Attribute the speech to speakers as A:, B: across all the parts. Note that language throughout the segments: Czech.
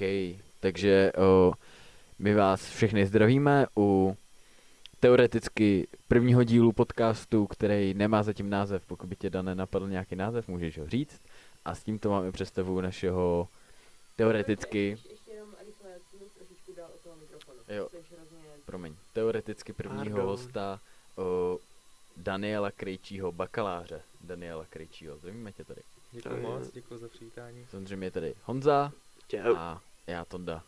A: takže my vás všechny zdravíme u teoreticky prvního dílu podcastu, který nemá zatím název. Pokud by tě, Dane, napadl nějaký název, můžeš ho říct. A s tímto máme představu našeho teoreticky...
B: Ještě jenom rychle, trošičku dál od toho mikrofonu.
A: Jo.
B: Hrozně...
A: Promiň, teoreticky prvního hosta Daniela Krejčího, bakaláře Daniela Krejčího. Zdravíme tě tady.
C: Děkuji moc, děkuji za přivítání.
A: Samozřejmě je tady Honza
D: Čau.
A: a já Tonda.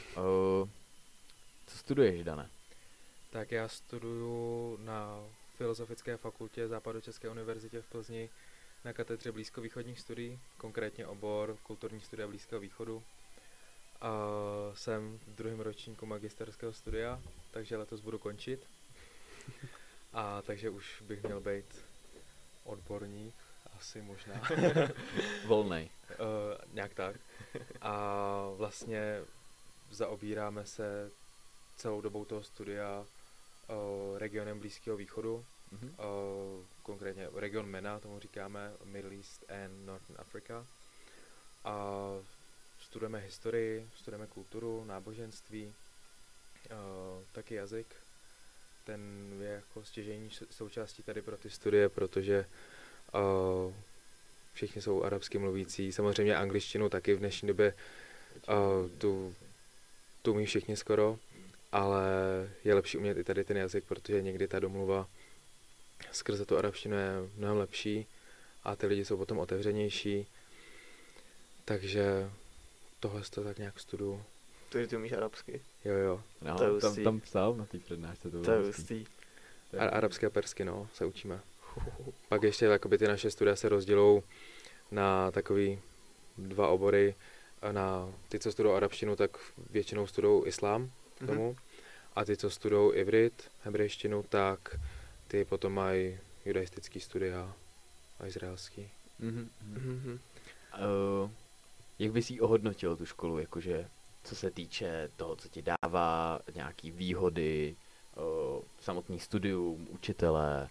A: Co studuješ, Dane?
C: Tak já studuju na Filozofické fakultě Západočeské univerzitě v Plzni na katedře blízkovýchodních studií, konkrétně obor kulturní studia Blízkého východu. A jsem v druhém ročníku magisterského studia, takže letos budu končit. A takže už bych měl být odborník, asi možná.
A: Volnej.
C: Nějak tak. A vlastně zaobíráme se celou dobou toho studia regionem Blízkého východu, konkrétně region MENA, tomu říkáme, Middle East and Northern Africa. A studujeme historii, studujeme kulturu, náboženství, taky jazyk. Ten je jako stěžejní součástí tady pro ty studie, protože všichni jsou arabsky mluvící, samozřejmě angličtinu taky v dnešní době tu umí všichni skoro, ale je lepší umět i tady ten jazyk, protože někdy ta domluva skrze tu arabštinu je mnohem lepší a ty lidi jsou potom otevřenější, takže tohle to tak nějak studuju.
D: Takže ty umíš arabsky?
C: Jo.
A: No,
D: To je hustý.
A: tam psal na té přednášce.
D: To je hustý.
C: Arabské a persky, no, se učíme. Pak ještě jakoby ty naše studia se rozdělou na takový dva obory. Na ty, co studují arabštinu, tak většinou studují islám k tomu. A ty, co studují ivrit, hebrejštinu, tak ty potom mají judaistický studia a izraelský.
A: Jak bys jí ohodnotil tu školu, jakože co se týče toho, co ti dává, nějaký výhody, samotný studium, učitelé,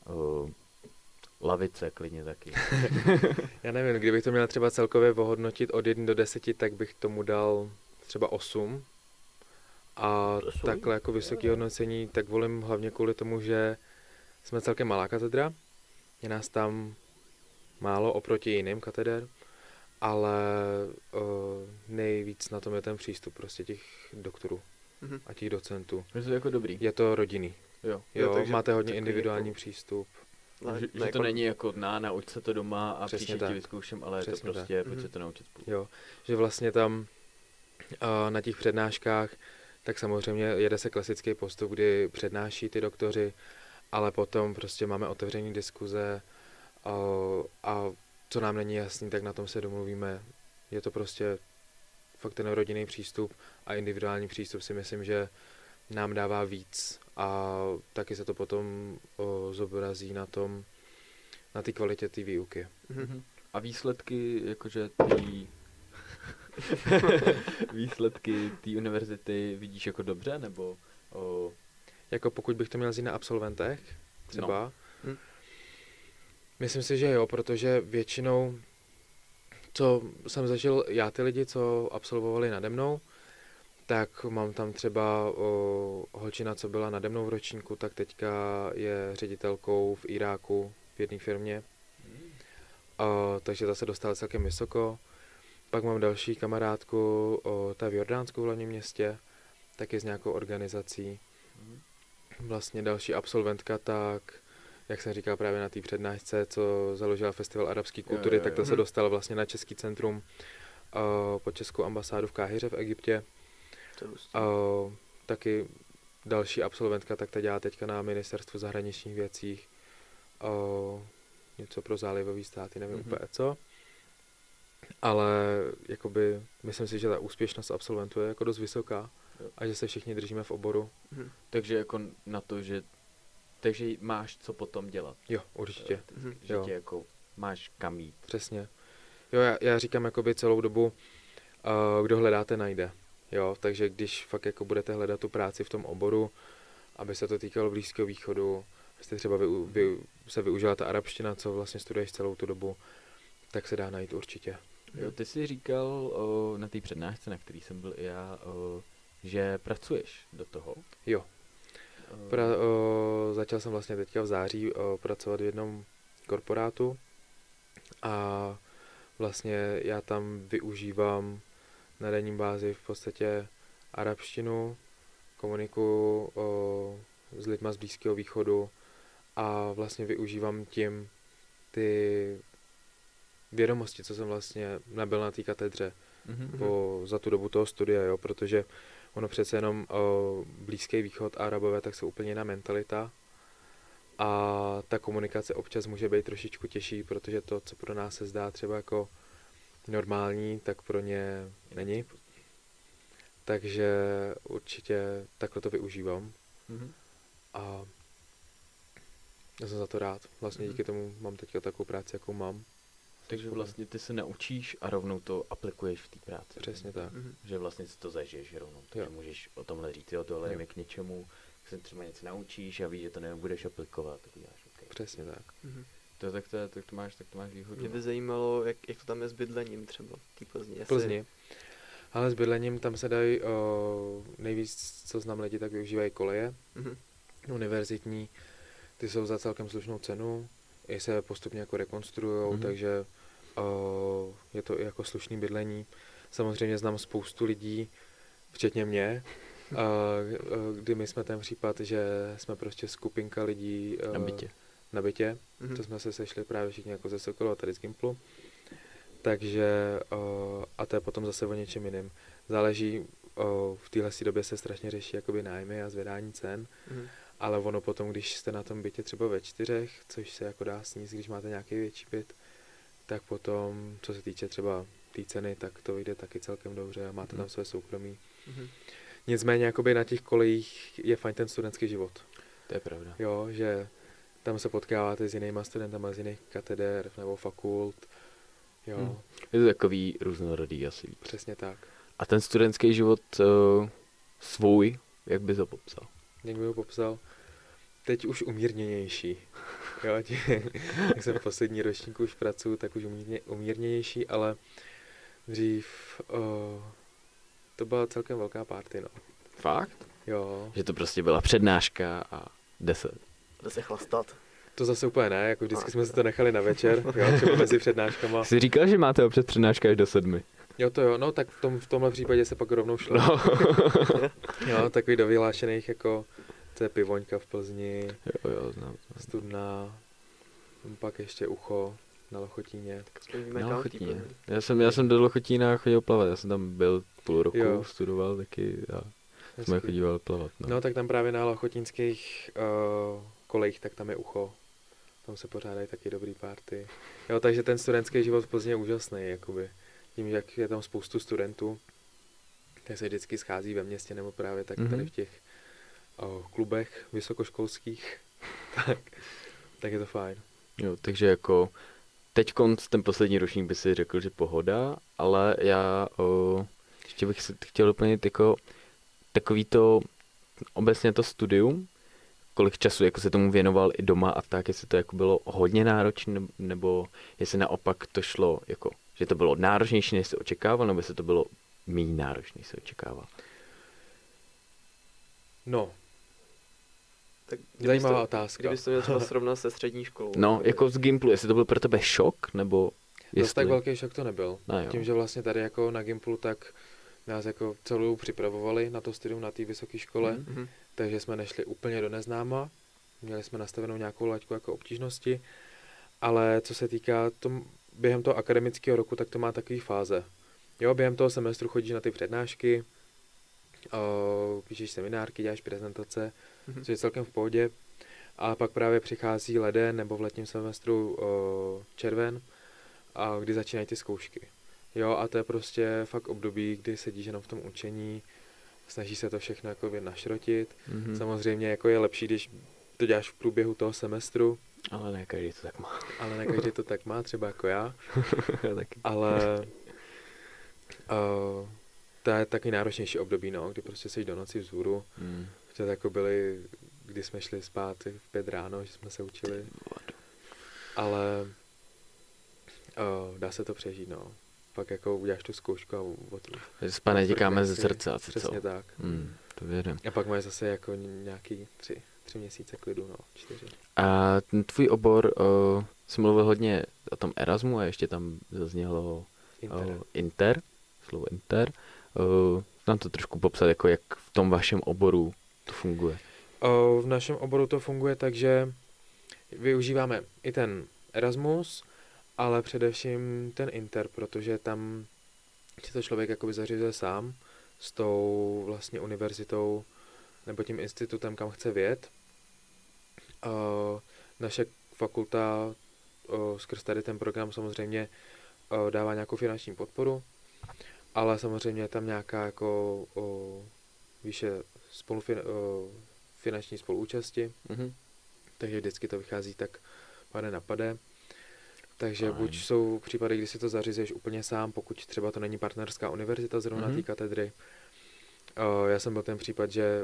A: lavice klidně taky.
C: Já nevím, kdybych to měl třeba celkově ohodnotit od 1 do 10, tak bych tomu dal třeba 8. A takhle jako vysoké hodnocení, tak volím hlavně kvůli tomu, že jsme celkem malá katedra. Je nás tam málo oproti jiným kateder, ale nejvíc na tom je ten přístup prostě těch doktorů a těch docentů.
A: Je to jako dobrý.
C: Je to rodinný. Jo,
D: takže
C: máte hodně
D: takový
C: individuální
D: jako-
C: přístup.
A: Že to není jako nauč se to doma a
C: Přesně
A: příště
C: tak.
A: ti vyzkouším, ale je to
C: Přesně
A: prostě, pojď se to naučit spolu.
C: Jo, že vlastně tam na těch přednáškách, tak samozřejmě jede se klasický postup, kdy přednáší ty doktoři, ale potom prostě máme otevřený diskuze a co nám není jasný, tak na tom se domluvíme. Je to prostě fakt ten rodinný přístup a individuální přístup si myslím, že nám dává víc a taky se to potom zobrazí na té kvalitě té výuky.
A: A výsledky, jakože výsledky té univerzity vidíš jako dobře, nebo...
C: Jako pokud bych to měl vzít na absolventech, třeba. Myslím si, že jo, protože většinou, co jsem zažil já ty lidi, co absolvovali nade mnou, tak mám tam třeba holčina, co byla nade mnou v ročníku, tak teďka je ředitelkou v Iráku v jedné firmě. Takže ta se dostala celkem vysoko. Pak mám další kamarádku, ta v Jordánsku v hlavním městě, taky s nějakou organizací. Vlastně další absolventka, tak jak jsem říkal právě na té přednášce, co založila Festival arabské kultury, tak ta se dostala vlastně na Český centrum po Českou ambasádu v Káhiře v Egyptě. Taky další absolventka, tak ta dělá teďka na Ministerstvu zahraničních věcí něco pro zálivové státy, nevím úplně co. Ale jakoby myslím si, že ta úspěšnost absolventů je jako dost vysoká a že se všichni držíme v oboru.
A: Takže jako na to, že takže máš co potom dělat.
C: Jo, určitě.
A: Že tě jako máš kam jít.
C: Přesně. Jo, já říkám jakoby celou dobu, kdo hledáte, najde. Jo, takže když fakt jako budete hledat tu práci v tom oboru, aby se to týkalo Blízkého východu, abyste třeba se využila ta arabština, co vlastně studuješ celou tu dobu, tak se dá najít určitě.
A: Jo, ty jsi říkal na té přednášce, na který jsem byl i já, že pracuješ do toho.
C: Jo.
A: O,
C: Začal jsem vlastně teďka v září pracovat v jednom korporátu a vlastně já tam využívám na denní bázi v podstatě arabštinu, komunikuju s lidma z Blízkého východu a vlastně využívám tím ty vědomosti, co jsem vlastně nabyl na té katedře za tu dobu toho studia, jo, protože ono přece jenom Blízký východ a Arabové, tak jsou úplně jiná mentalita a ta komunikace občas může být trošičku těžší, protože to, co pro nás se zdá třeba jako normální, tak pro ně není. Takže určitě takhle to využívám a já jsem za to rád. Vlastně díky tomu mám teďka takovou práci, jakou mám.
A: takže vlastně ty se naučíš a rovnou to aplikuješ v té práci.
C: Přesně tak.
A: Že vlastně si to zažiješ rovnou, takže
C: Jo.
A: můžeš o tomhle říct, jo, tohle je
C: Jo.
A: mi k něčemu, se třeba něco naučíš a víš, že to nebudeš aplikovat, tak uděláš, okay.
C: Přesně tak.
A: Tak to máš výhodu.
D: Mě by zajímalo, jak to tam je s bydlením třeba v té Plzni.
C: V Plzni. Ale s bydlením tam se dají nejvíc, co znám lidi, tak využívají koleje. Univerzitní, ty jsou za celkem slušnou cenu, i se postupně jako rekonstruujou, takže je to i jako slušný bydlení. Samozřejmě znám spoustu lidí, včetně mě, kdy my jsme ten případ, že jsme prostě skupinka lidí na bytě. To jsme se sešli právě všichni jako ze Sokolu a tady z Gimplu. Takže a to je potom zase o něčem jiném. Záleží, v téhle době se strašně řeší jakoby nájmy a zvedání cen, ale ono potom, když jste na tom bytě třeba ve 4, což se jako dá sníst, když máte nějaký větší byt, tak potom, co se týče třeba té ceny, tak to vyjde taky celkem dobře a máte tam své soukromí. Nicméně jakoby na těch kolejích je fajn ten studentský život.
A: To je pravda.
C: Jo, že tam se potkáváte s jinýma studentama z jiných kateder nebo fakult. Jo.
A: Je to takový různorodý asi víc.
C: Přesně tak.
A: A ten studentský život svůj, jak bys ho popsal?
C: Jak bych ho popsal? Teď už umírněnější. Jo, jak jsem v poslední ročníku už pracuji, tak už umírněnější, ale dřív to byla celkem velká party, no.
A: Fakt?
C: Jo.
A: Že to prostě byla přednáška a 10.
D: Jde se chlastat.
C: To zase úplně ne, jako vždycky jsme si to nechali na večer, jo, třeba mezi přednáškama.
A: Jsi říkal, že máte občas přednáška až do 7.
C: Jo, to jo, no tak v tomhle případě se pak rovnou šlo.
A: No.
C: Jo, takový do vyhlášených jako, to je Pivoňka v Plzni,
A: Jo, znám.
C: Studna, pak ještě Ucho na Lochotíně.
A: Na Lochotíně. Já jsem do Lochotína chodil plavat, já jsem tam byl půl roku,
C: Jo.
A: studoval taky a jsme chodívali plavat.
C: No tak tam právě na lochotínských kolejích, tak tam je Ucho. Tam se pořádají taky dobrý party. Jo, takže ten studentský život v Plzni je úžasný, jakoby. Tím, jak je tam spoustu studentů, tak se vždycky schází ve městě nebo právě tak tady v těch klubech vysokoškolských, tak je to fajn.
A: Jo, takže jako teďkonc ten poslední ročník by si řekl, že pohoda, ale já ještě bych si chtěl doplnit jako takový to, obecně to studium, kolik času jako se tomu věnoval i doma a tak, jestli to jako bylo hodně náročné, nebo jestli naopak to šlo jako, že to bylo náročnější, než se očekával, nebo jestli to bylo méně náročné, než se očekával.
C: No,
D: Tak
C: zajímavá otázka.
D: Kdybys to měl třeba srovnat se střední školou.
A: No, jako z Gimplu, jestli to byl pro tebe šok, nebo
C: Dost tak velký šok to nebyl.
A: No,
C: tím, že vlastně tady jako na Gimplu, tak nás jako celou připravovali na to studium na té vysoké škole, takže jsme nešli úplně do neznáma, měli jsme nastavenou nějakou laťku jako obtížnosti, ale co se týká během toho akademického roku, tak to má takový fáze. Jo, během toho semestru chodíš na ty přednášky, píšeš seminárky, děláš prezentace, což je celkem v pohodě, a pak právě přichází leden nebo v letním semestru červen, a kdy začínají ty zkoušky. Jo, a to je prostě fakt období, kdy sedíš jenom v tom učení, snaží se to všechno jako našrotit. Samozřejmě jako je lepší, když to děláš v průběhu toho semestru.
A: Ale ne každý to tak má.
C: Ale ne každý to tak má, třeba jako já.
A: Taky.
C: Ale to je taky náročnější období, no, kdy prostě seš do noci vzhůru. To jako byly, kdy jsme šli spát v 5 ráno, že jsme se učili. Ale dá se to přežít, no. pak jako uděláš tu zkoušku a
A: Z pane těkáme ze
C: si-
A: srdce asi, co?
C: Přesně tak.
A: To věřím.
C: A pak máš zase jako nějaký 3 měsíce klidu, no, 4.
A: A ten tvůj obor, jsi mluvil hodně o tom Erasmu a ještě tam zaznělo Inter, slovo Inter. Nám to trošku popsat, jako jak v tom vašem oboru to funguje.
C: V našem oboru to funguje tak, že využíváme i ten Erasmus, ale především ten Inter, protože tam si to člověk jakoby zařizuje sám s tou vlastně univerzitou nebo tím institutem, kam chce vyjet. Naše fakulta skrz tady ten program samozřejmě dává nějakou finanční podporu, ale samozřejmě je tam nějaká jako výše finanční spoluúčasti, takže vždycky to vychází tak pade na pade. Takže
A: Fajn.
C: buď jsou případy, kdy si to zařizuješ úplně sám, pokud třeba to není partnerská univerzita zrovna té katedry. Já jsem byl ten případ, že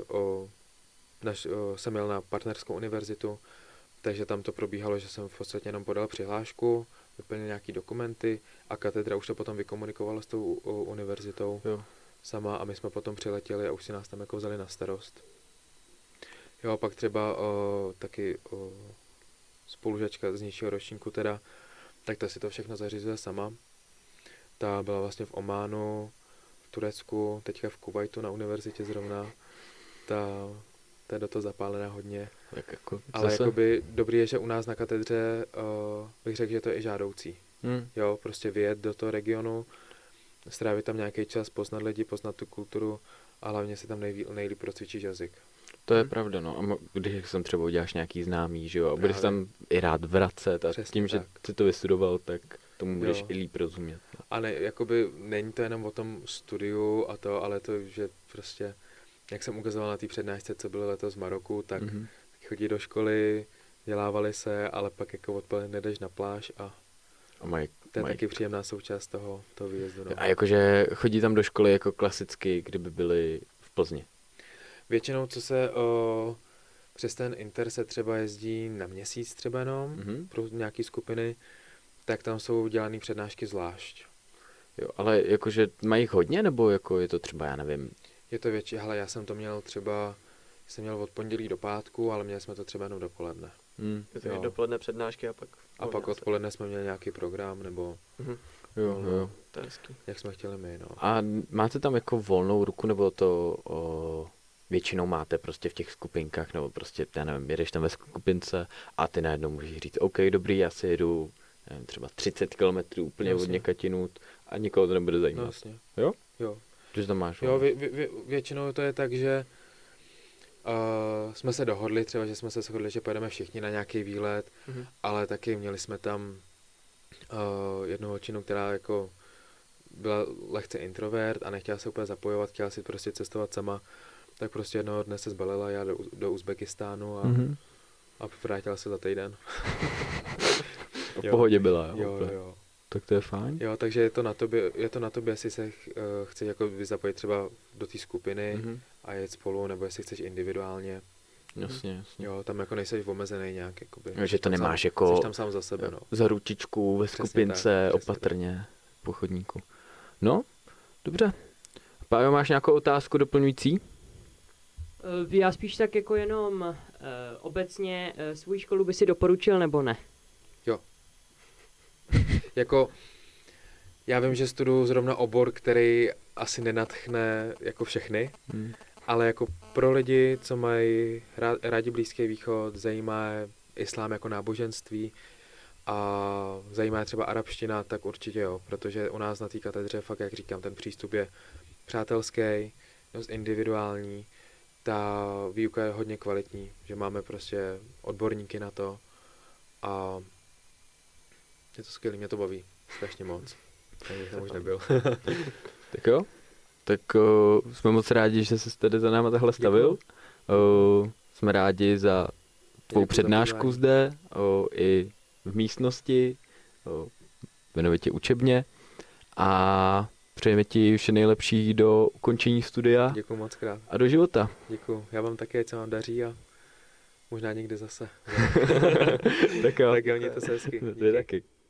C: jsem jel na partnerskou univerzitu, takže tam to probíhalo, že jsem v podstatě jenom podal přihlášku, vyplnil nějaký dokumenty a katedra už to potom vykomunikovala s tou univerzitou sama a my jsme potom přiletěli a už si nás tam jako vzali na starost. Jo, pak třeba taky spolužačka z nižšího ročníku teda, tak ta si to všechno zařizuje sama. Ta byla vlastně v Ománu, v Turecku, teďka v Kuwaitu na univerzitě zrovna. Ta je do toho zapálená hodně.
A: Tak jako
C: Ale
A: zase?
C: jakoby dobrý je, že u nás na katedře bych řekl, že to je i žádoucí. Jo, prostě vyjet do toho regionu, strávit tam nějaký čas, poznat lidi, poznat tu kulturu a hlavně si tam nejlíp procvičíš jazyk.
A: To je pravda, no. A když jsem třeba uděláš nějaký známý, že jo, a budeš tam i rád vracet a
C: Přesně
A: tím, že
C: tak.
A: jsi to vystudoval, tak tomu budeš
C: Jo.
A: i líp rozumět. No.
C: A ne, jakoby není to jenom o tom studiu a to, ale to, že prostě, jak jsem ukazoval na té přednášce, co bylo letos v Maroku, tak chodí do školy, dělávali se, ale pak jako odpoledne jdeš na pláž a to je taky příjemná součást toho výjezdu. No.
A: A jakože chodí tam do školy jako klasicky, kdyby byli v Plzni.
C: Většinou, co se přes ten Inter se třeba jezdí na měsíc třeba jenom pro nějaký skupiny, tak tam jsou dělané přednášky zvlášť.
A: Jo, ale jakože mají jich hodně, nebo jako je to třeba, já nevím.
C: Je to větší, hele, já jsem to měl třeba, jsem měl od pondělí do pátku, ale měli jsme to třeba jenom dopoledne.
D: Je dopoledne přednášky a pak...
C: A pak odpoledne jsme měli nějaký program, nebo
A: Jo.
D: To je hezký.
C: jak jsme chtěli my, no.
A: A máte tam jako volnou ruku, nebo to většinou máte prostě v těch skupinkách, nebo prostě, já nevím, jedeš tam ve skupince a ty najednou můžeš říct, OK, dobrý, já si jedu, nevím, třeba 30 kilometrů úplně od někatinu a nikoho to nebude zajímat.
C: No, jasně.
A: Jo?
C: Jo.
A: Že tam máš
C: Jo, většinou to je tak, že jsme se dohodli, třeba, že jsme se shodli, že pojedeme všichni na nějaký výlet, ale taky měli jsme tam jednu holčinu, která jako byla lehce introvert a nechtěla se úplně zapojovat, chtěla si prostě cestovat sama, tak prostě jednoho dne se zbalila já do Uzbekistánu a vrátila se za týden.
A: V pohodě byla,
C: Jo.
A: Tak to je fajn.
C: Jo, takže je to na tobě, jestli se chceš jako zapojit třeba do té skupiny a jet spolu, nebo jestli chceš individuálně.
A: Jasně.
C: Jo, tam jako nejseš omezený nějak, jakoby.
A: Jo, že to nemáš
C: sám,
A: jako
C: jsi tam sám za sebe, no.
A: za ručičku ve skupince,
C: tak,
A: opatrně, po chodníku. No, dobře. Pájo, máš nějakou otázku doplňující?
B: Já spíš tak jako jenom obecně svou školu by si doporučil nebo ne?
C: Jako, já vím, že studuju zrovna obor, který asi nenadchne jako všechny, ale jako pro lidi, co mají rádi Blízký východ, zajímá je islám jako náboženství a zajímá je třeba arabština, tak určitě jo, protože u nás na té katedře fakt, jak říkám, ten přístup je přátelský, dost individuální, ta výuka je hodně kvalitní, že máme prostě odborníky na to a je to skvělý, mě to baví strašně moc. Takže jsem už nebyl.
A: Tak jo. Tak jsme moc rádi, že jsi tady za náma takhle stavil. Jsme rádi za tvou přednášku zde, i v místnosti, jmenovitě učebně. A přejeme ti vše nejlepší do ukončení studia.
C: Děkuju moc krát.
A: A do života.
C: Děkuju. Já vám také, co vám daří a možná někdy zase.
A: Tak jo.
C: Tak jo, mějte se hezky.
A: Ty taky.